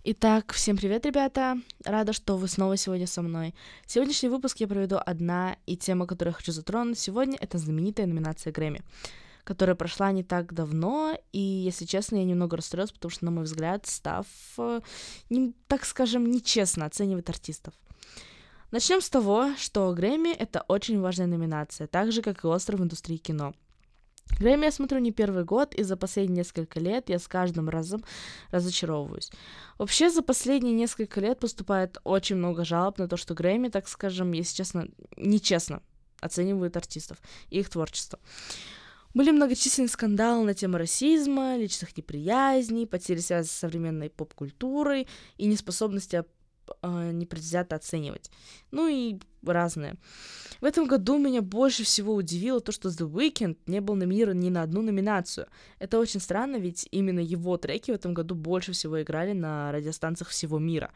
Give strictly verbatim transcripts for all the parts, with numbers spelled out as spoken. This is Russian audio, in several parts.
Итак, всем привет, ребята! Рада, что вы снова сегодня со мной. Сегодняшний выпуск я проведу одна, и тема, которую я хочу затронуть сегодня, это знаменитая номинация Грэмми, которая прошла не так давно, и, если честно, я немного расстроилась, потому что, на мой взгляд, Став, э, не, так скажем, нечестно оценивает артистов. Начнем с того, что Грэмми — это очень важная номинация, так же, как и Оскар в индустрии кино. Грэмми я смотрю не первый год, и за последние несколько лет я с каждым разом разочаровываюсь. Вообще, за последние несколько лет поступает очень много жалоб на то, что Грэмми, так скажем, если честно, нечестно оценивают артистов и их творчество. Были многочисленные скандалы на тему расизма, личных неприязней, потери связи с современной поп-культурой и неспособности э, непредвзято оценивать. Ну и разное. В этом году меня больше всего удивило то, что The Weeknd не был номинирован ни на одну номинацию. Это очень странно, ведь именно его треки в этом году больше всего играли на радиостанциях всего мира.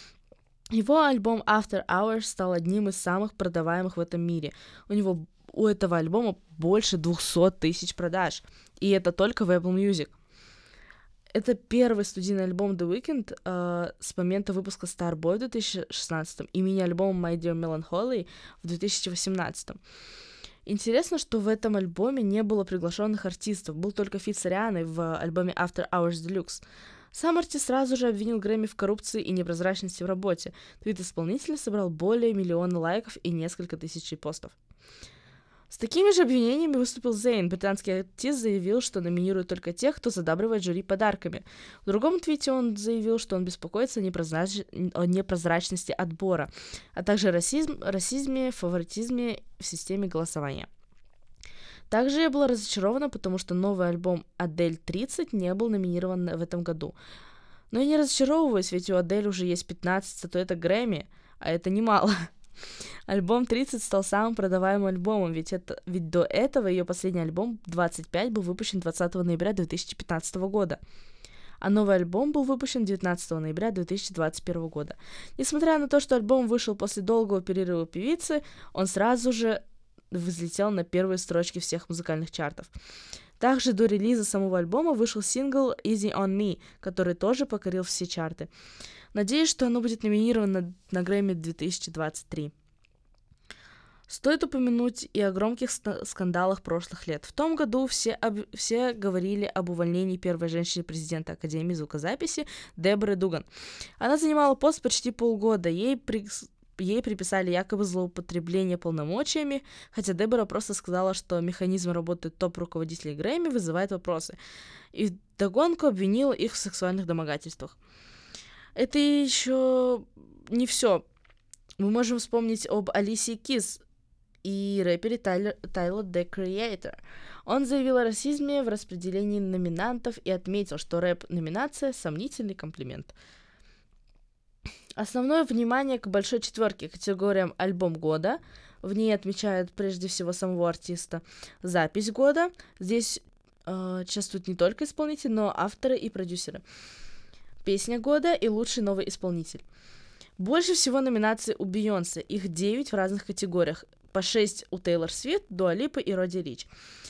Его альбом After Hours стал одним из самых продаваемых в этом мире. У него у этого альбома больше двести тысяч продаж. И это только в Apple Music. Это первый студийный альбом The Weeknd э, с момента выпуска Starboy в две тысячи шестнадцатом и мини-альбом My Dear Melancholy в две тысячи восемнадцатом. Интересно, что в этом альбоме не было приглашенных артистов, был только фит с Арианой в альбоме After Hours Deluxe. Сам артист сразу же обвинил Грэмми в коррупции и непрозрачности в работе. Твит исполнителя собрал более миллиона лайков и несколько тысяч репостов. С такими же обвинениями выступил Зейн. Британский артист заявил, что номинирует только тех, кто задабривает жюри подарками. В другом твите он заявил, что он беспокоится о, непрозрач... о непрозрачности отбора, а также расизм... расизме, фаворитизме в системе голосования. Также я была разочарована, потому что новый альбом Адель тридцать не был номинирован в этом году. Но я не разочаровываюсь, ведь у Адель уже есть пятнадцать статуэток Грэмми, а это немало. Альбом тридцать стал самым продаваемым альбомом, ведь, это, ведь до этого ее последний альбом двадцать пять был выпущен двадцатого ноября две тысячи пятнадцатого года, а новый альбом был выпущен девятнадцатого ноября две тысячи двадцать первого года. Несмотря на то, что альбом вышел после долгого перерыва певицы, он сразу же взлетел на первые строчки всех музыкальных чартов. Также до релиза самого альбома вышел сингл Easy on Me, который тоже покорил все чарты. Надеюсь, что оно будет номинировано на Грэмми две тысячи двадцать три. Стоит упомянуть и о громких скандалах прошлых лет. В том году все, об... все говорили об увольнении первой женщины-президента Академии звукозаписи Деборы Дуган. Она занимала пост почти полгода. Ей, при... Ей приписали якобы злоупотребление полномочиями, хотя Дебора просто сказала, что механизм работы топ-руководителей Грэмми вызывает вопросы, и вдогонку обвинила их в сексуальных домогательствах. Это еще не все. Мы можем вспомнить об Алисии Кис и рэпере Тайлер, Тайлер The Creator. Он заявил о расизме в распределении номинантов и отметил, что рэп-номинация — сомнительный комплимент. Основное внимание к большой четверке категориям «Альбом года». В ней отмечают прежде всего самого артиста. «Запись года». Здесь э, участвуют не только исполнители, но авторы и продюсеры. «Песня года» и «Лучший новый исполнитель». Больше всего номинаций у Бейонсе. Их девять в разных категориях. По шесть у Тейлор Свифт, Дуа Липы и Роди Рич.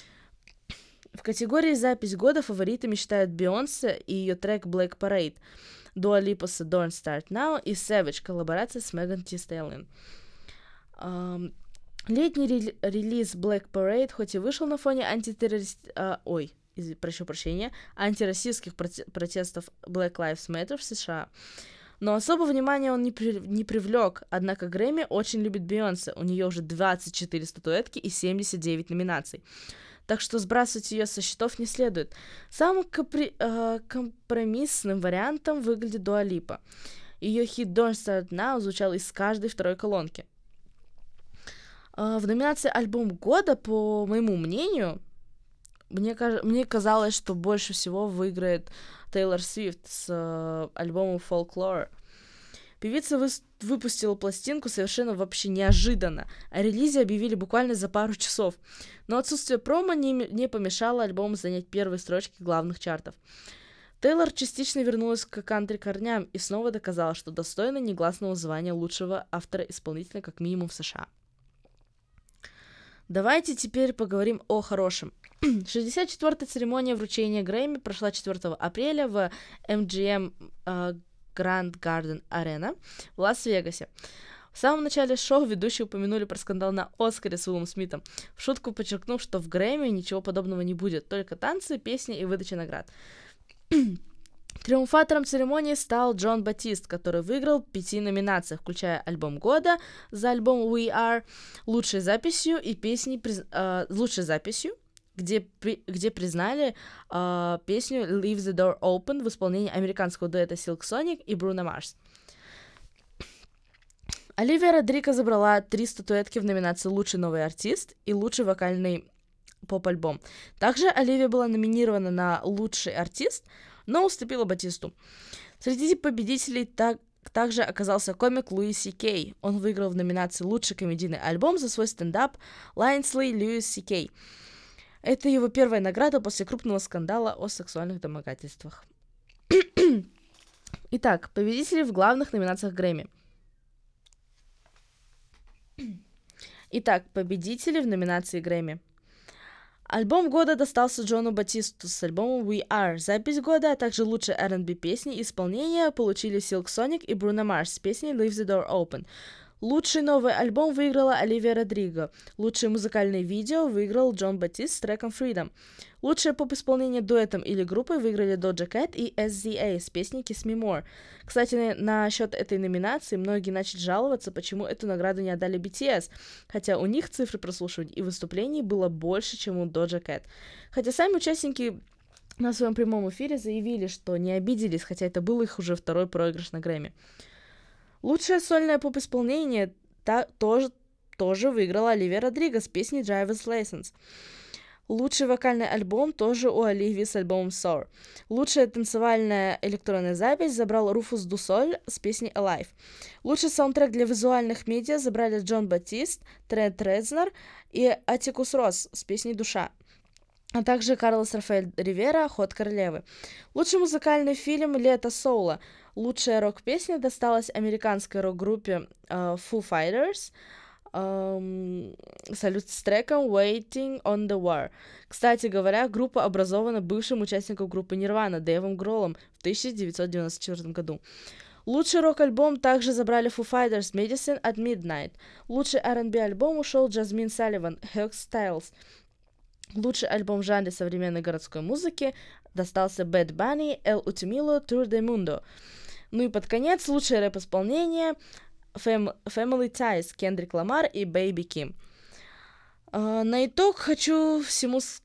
В категории «Запись года» фаворитами считают Бейонсе и ее трек «Black Parade», Дуа Липа с Don't Start Now и Savage, коллаборация с Меган Ти Стейлин. Um, летний рели- релиз Black Parade хоть и вышел на фоне антитеррорист... Uh, ой, из- прошу прощения, антироссийских проте- протестов Black Lives Matter в США, но особо внимания он не, при- не привлек, однако Грэмми очень любит Бейонсе, у нее уже двадцать четыре статуэтки и семьдесят девять номинаций. Так что сбрасывать ее со счетов не следует. Самым компри- э, компромиссным вариантом выглядит Дуа Липа. Ее хит Don't Start Now звучал из каждой второй колонки. Э, в номинации «Альбом года», по моему мнению, мне, каж- мне казалось, что больше всего выиграет Тейлор Свифт с э, альбомом Folklore. Певица вы- выпустила пластинку совершенно вообще неожиданно. О релизе объявили буквально за пару часов. Но отсутствие промо не, не помешало альбому занять первые строчки главных чартов. Тейлор частично вернулась к кантри-корням и снова доказала, что достойна негласного звания лучшего автора-исполнителя как минимум в США. Давайте теперь поговорим о хорошем. шестьдесят четвёртая церемония вручения Грэмми прошла четвёртого апреля в эм джи эм э, Grand Garden Arena в Лас-Вегасе. В самом начале шоу ведущие упомянули про скандал на Оскаре с Уиллом Смитом, в шутку подчеркнув, что в Грэмми ничего подобного не будет, только танцы, песни и выдача наград. Триумфатором церемонии стал Джон Батист, который выиграл в пяти номинациях, включая альбом года за альбом We Are, лучшей записью и песней, э, лучшей записью, где, при, где признали э, песню Leave the Door Open в исполнении американского дуэта Silk Sonic и Bruno Mars. Оливия Родриго забрала три статуэтки в номинации «Лучший новый артист» и «Лучший вокальный поп-альбом». Также Оливия была номинирована на «Лучший артист», но уступила Батисту. Среди победителей так, также оказался комик Луи Си Кей. Он выиграл в номинации «Лучший комедийный альбом» за свой стендап «Лайнсли Льюис Си Кей». Это его первая награда после крупного скандала о сексуальных домогательствах. Итак, победители в главных номинациях Грэмми. Итак, победители в номинации Грэмми. Альбом года достался Джону Батисту с альбомом We Are. Запись года, а также лучшие ар энд би песни и исполнения получили Silk Sonic и Bruno Mars с песней Leave the Door Open. Лучший новый альбом выиграла Оливия Родриго. Лучшее музыкальное видео выиграл Джон Батист с треком Freedom. Лучшее поп-исполнение дуэтом или группой выиграли Doja Cat и эс зет эй с песней Kiss Me More. Кстати, насчет этой номинации многие начали жаловаться, почему эту награду не отдали би ти эс, хотя у них цифры прослушиваний и выступлений было больше, чем у Doja Cat. Хотя сами участники на своем прямом эфире заявили, что не обиделись, хотя это был их уже второй проигрыш на Грэмми. Лучшее сольное поп-исполнение та- тоже, тоже выиграла Оливия Родриго с песней Driver's License. Лучший вокальный альбом тоже у Оливии с альбомом Sour. Лучшая танцевальная электронная запись забрал Руфус ду Соль с песней Alive. Лучший саундтрек для визуальных медиа забрали Джон Батист, Трент Резнор и Атикус Росс с песней Душа, а также Карлос Рафаэль Ривера «Ход королевы». Лучший музыкальный фильм «Лето Соула». Лучшая рок-песня досталась американской рок-группе uh, Foo Fighters, um, салют с треком Waiting on the War. Кстати говоря, группа образована бывшим участником группы Nirvana Дэйвом Гроллом в тысяча девятьсот девяносто четвёртом году. Лучший рок-альбом также забрали Foo Fighters Medicine at Midnight. Лучший ар энд би альбом ушел Джазмин Салливан Hug Styles. Лучший альбом в жанре современной городской музыки достался Bad Bunny El Ultimo Tour de Mundo. Ну и под конец лучшее рэп-исполнение Fam- Family Ties Кендрик Ламар и Baby Kim. Uh, на итог хочу всему... С...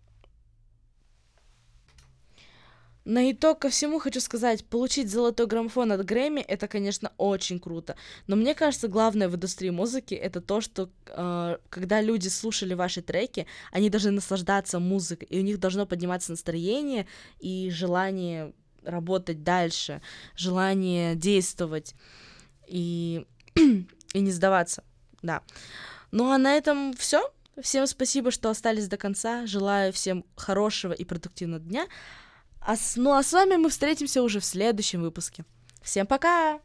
На итог ко всему хочу сказать, получить золотой граммофон от Грэмми — это, конечно, очень круто. Но мне кажется, главное в индустрии музыки — это то, что э, когда люди слушали ваши треки, они должны наслаждаться музыкой, и у них должно подниматься настроение и желание работать дальше, желание действовать и, и не сдаваться. Да. Ну а на этом все. Всем спасибо, что остались до конца. Желаю всем хорошего и продуктивного дня. А с, ну а с вами мы встретимся уже в следующем выпуске. Всем пока!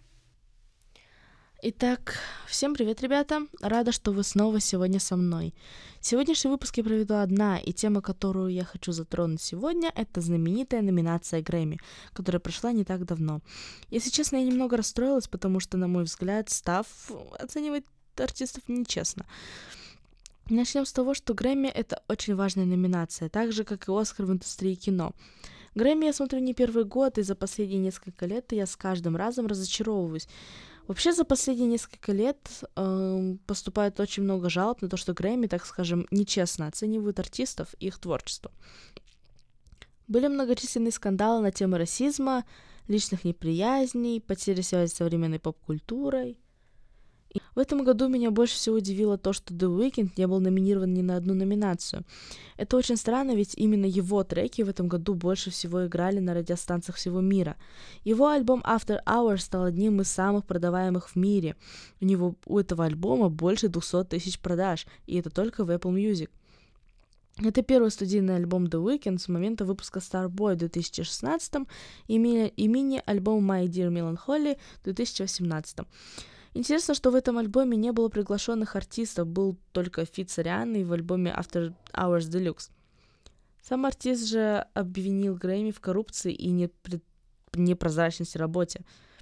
Итак, всем привет, ребята! Рада, что вы снова сегодня со мной. Сегодняшний выпуск я проведу одна, и тема, которую я хочу затронуть сегодня, это знаменитая номинация Грэмми, которая прошла не так давно. Если честно, я немного расстроилась, потому что, на мой взгляд, став оценивает артистов нечестно. Начнем с того, что Грэмми — это очень важная номинация, так же, как и Оскар в индустрии кино. Грэмми я смотрю не первый год, и за последние несколько лет я с каждым разом разочаровываюсь. Вообще, за последние несколько лет э, поступает очень много жалоб на то, что Грэмми, так скажем, нечестно оценивают артистов и их творчество. Были многочисленные скандалы на тему расизма, личных неприязней, потери связи с современной поп-культурой. И в этом году меня больше всего удивило то, что The Weeknd не был номинирован ни на одну номинацию. Это очень странно, ведь именно его треки в этом году больше всего играли на радиостанциях всего мира. Его альбом After Hours стал одним из самых продаваемых в мире. У него у этого альбома больше двести тысяч продаж, и это только в Apple Music. Это первый студийный альбом The Weeknd с момента выпуска Starboy в две тысячи шестнадцатом и, ми- и мини-альбом My Dear Melancholy в две тысячи восемнадцатом. Интересно, что в этом альбоме не было приглашенных артистов, был только фит с Арианой в альбоме After Hours Deluxe. Сам артист же обвинил Грэмми в коррупции и непред... непрозрачности работе.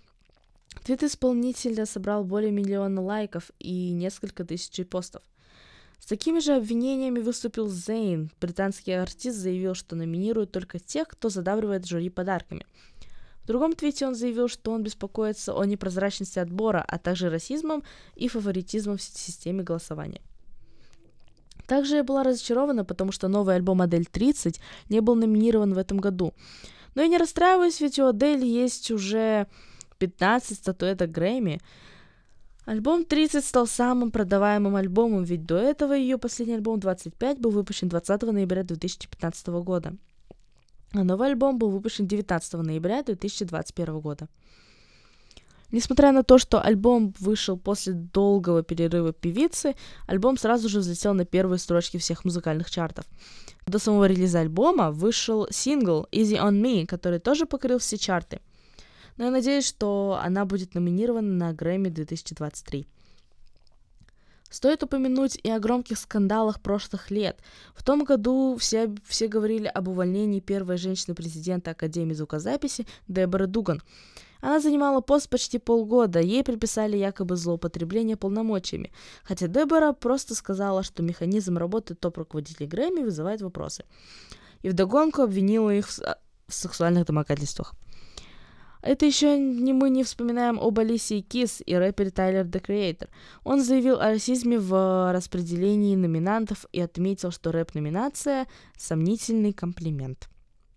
Твит исполнителя собрал более миллиона лайков и несколько тысяч постов. С такими же обвинениями выступил Зейн. Британский артист заявил, что номинирует только тех, кто задабривает жюри подарками. В другом твите он заявил, что он беспокоится о непрозрачности отбора, а также расизмом и фаворитизмом в системе голосования. Также я была разочарована, потому что новый альбом Адель тридцать не был номинирован в этом году. Но я не расстраиваюсь, ведь у Адель есть уже пятнадцать статуэток Грэмми. Альбом тридцать стал самым продаваемым альбомом, ведь до этого ее последний альбом двадцать пять был выпущен двадцатого ноября две тысячи пятнадцатого года. А новый альбом был выпущен девятнадцатого ноября две тысячи двадцать первого года. Несмотря на то, что альбом вышел после долгого перерыва певицы, альбом сразу же взлетел на первые строчки всех музыкальных чартов. До самого релиза альбома вышел сингл «Easy on Me», который тоже покорил все чарты. Но я надеюсь, что она будет номинирована на Грэмми две тысячи двадцать три. Стоит упомянуть и о громких скандалах прошлых лет. В том году все, все говорили об увольнении первой женщины-президента Академии звукозаписи Деборы Дуган. Она занимала пост почти полгода, ей приписали якобы злоупотребление полномочиями, хотя Дебора просто сказала, что механизм работы топ-руководителей Грэмми вызывает вопросы. И вдогонку обвинила их в, в сексуальных домогательствах. Это еще не мы не вспоминаем об Алисии Кис и рэпере Тайлер The Creator. Он заявил о расизме в распределении номинантов и отметил, что рэп-номинация – сомнительный комплимент.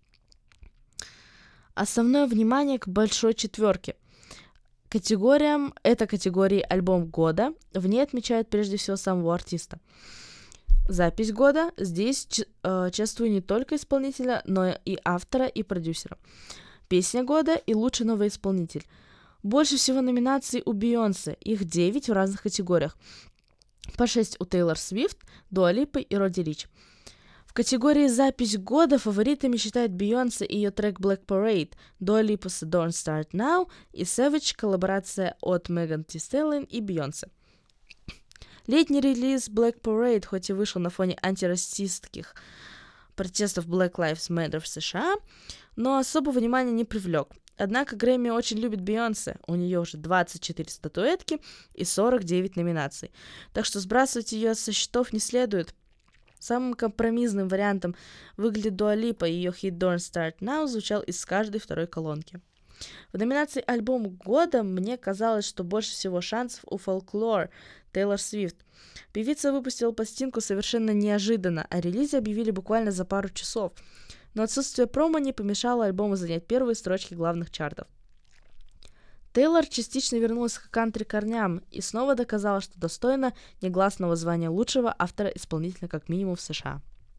Основное внимание к большой четверке. Категориям – это категории альбом года. В ней отмечают прежде всего самого артиста. Запись года. Здесь э, чествую не только исполнителя, но и автора и продюсера. Песня года и лучший новый исполнитель. Больше всего номинаций у Бейонсе, их девять в разных категориях. По шесть у Тейлор Свифт, Дуа Липы и Родди Рич. В категории «Запись года» фаворитами считают Бейонсе и ее трек Black Parade, Дуа Липа с Don't Start Now и Savage, коллаборация от Меган Ти Стеллин и Бейонсе. Летний релиз Black Parade, хоть и вышел на фоне антирасистских протестов Black Lives Matter в США, но особо внимания не привлек. Однако Грэмми очень любит Бейонсе, у нее уже двадцать четыре статуэтки и сорок девять номинаций, так что сбрасывать ее со счетов не следует. Самым компромиссным вариантом выглядит Дуа Липа, ее хит Don't Start Now звучал из каждой второй колонки. В номинации «Альбом года» мне казалось, что больше всего шансов у Folklore Тейлор Свифт. Певица выпустила пластинку совершенно неожиданно, а релизе объявили буквально за пару часов. Но отсутствие промо не помешало альбому занять первые строчки главных чартов. Тейлор частично вернулась к кантри-корням и снова доказала, что достойна негласного звания лучшего автора-исполнителя как минимум в США.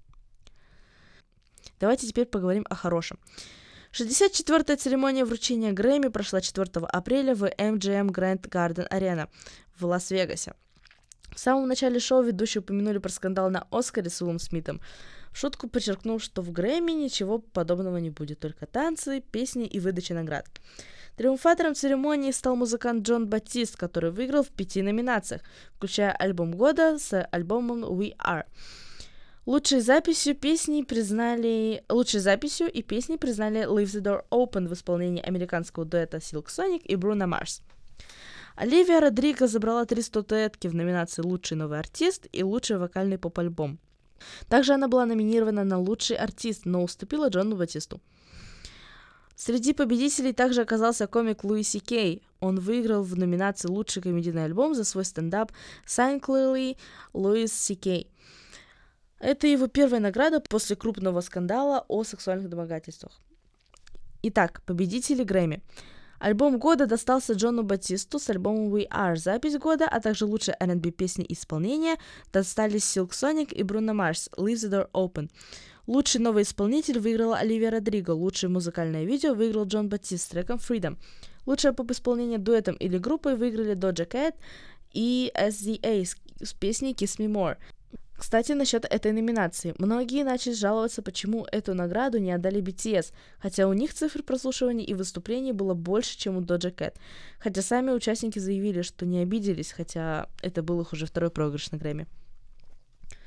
Давайте теперь поговорим о хорошем. шестьдесят четвёртая церемония вручения Грэмми прошла четвёртого апреля в эм джи эм Grand Garden Arena в Лас-Вегасе. В самом начале шоу ведущие упомянули про скандал на Оскаре с Уиллом Смитом, в шутку подчеркнув, что в Грэмми ничего подобного не будет, только танцы, песни и выдача наград. Триумфатором церемонии стал музыкант Джон Батист, который выиграл в пяти номинациях, включая альбом года с альбомом We Are. Лучшей записью песни признали... Лучшей записью и песней признали Leave the Door Open в исполнении американского дуэта Silk Sonic и Bruno Mars. Оливия Родриго забрала три статуэтки в номинации «Лучший новый артист» и «Лучший вокальный поп-альбом». Также она была номинирована на «Лучший артист», но уступила Джону Батисту. Среди победителей также оказался комик Луи Си Кей. Он выиграл в номинации «Лучший комедийный альбом» за свой стендап «Sign Clearly Louis си кей». Это его первая награда после крупного скандала о сексуальных домогательствах. Итак, победители Грэмми. Альбом года достался Джону Батисту с альбомом We Are. Запись года, а также лучшие ар энд би песни и исполнения достались Silk Sonic и Bruno Mars Leave the Door Open. Лучший новый исполнитель выиграла Оливия Родриго. Лучшее музыкальное видео выиграл Джон Батист с треком Freedom. Лучшее поп-исполнение дуэтом или группой выиграли Doja Cat и эс ди эй с песней Kiss Me More. Кстати, насчет этой номинации. Многие начали жаловаться, почему эту награду не отдали би ти эс, хотя у них цифр прослушиваний и выступлений было больше, чем у Doja Cat. Хотя сами участники заявили, что не обиделись, хотя это был их уже второй проигрыш на Грэмми.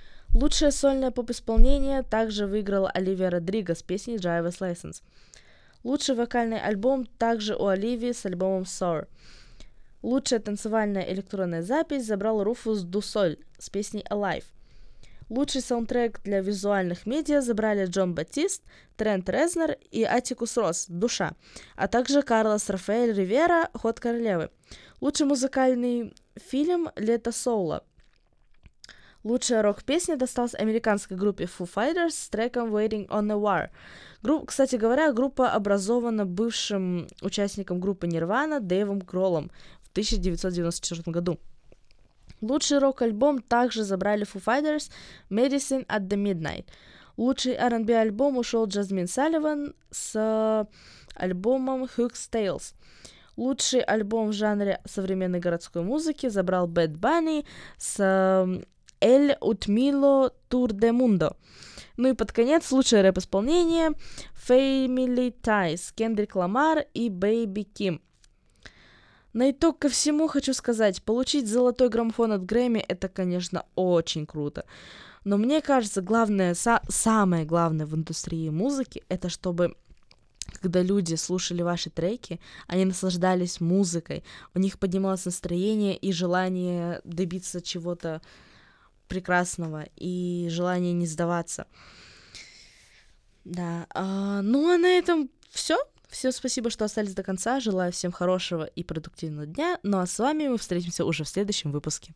Лучшее сольное поп-исполнение также выиграла Оливия Родриго с песней Driver's License. Лучший вокальный альбом также у Оливии с альбомом Soar. Лучшая танцевальная электронная запись забрал Руфус Ду Соль с песней Alive. Лучший саундтрек для визуальных медиа забрали Джон Батист, Трент Резнор и Атикус Росс «Душа», а также Карлос Рафаэль Ривера «Ход королевы». Лучший музыкальный фильм «Лето Соула». Лучшая рок-песня досталась американской группе Foo Fighters с треком Waiting on a War. Гру... Кстати говоря, группа образована бывшим участником группы Nirvana Дэйвом Гроллом в тысяча девятьсот девяносто четвёртом году. Лучший рок-альбом также забрали Foo Fighters Medicine at the Midnight. Лучший ар энд би альбом ушел Джазмин Салливан с альбомом Hook's Tales. Лучший альбом в жанре современной городской музыки забрал Bad Bunny с El Último Tour del Mundo. Ну и под конец лучшее рэп-исполнение Family Ties, Кендрик Ламар и Baby Kim. На итог ко всему хочу сказать, получить золотой граммофон от Грэмми — это, конечно, очень круто. Но мне кажется, главное, са- самое главное в индустрии музыки — это чтобы, когда люди слушали ваши треки, они наслаждались музыкой, у них поднималось настроение и желание добиться чего-то прекрасного, и желание не сдаваться. Да, а, ну а на этом все. Всем спасибо, что остались до конца. Желаю всем хорошего и продуктивного дня. Ну а с вами мы встретимся уже в следующем выпуске.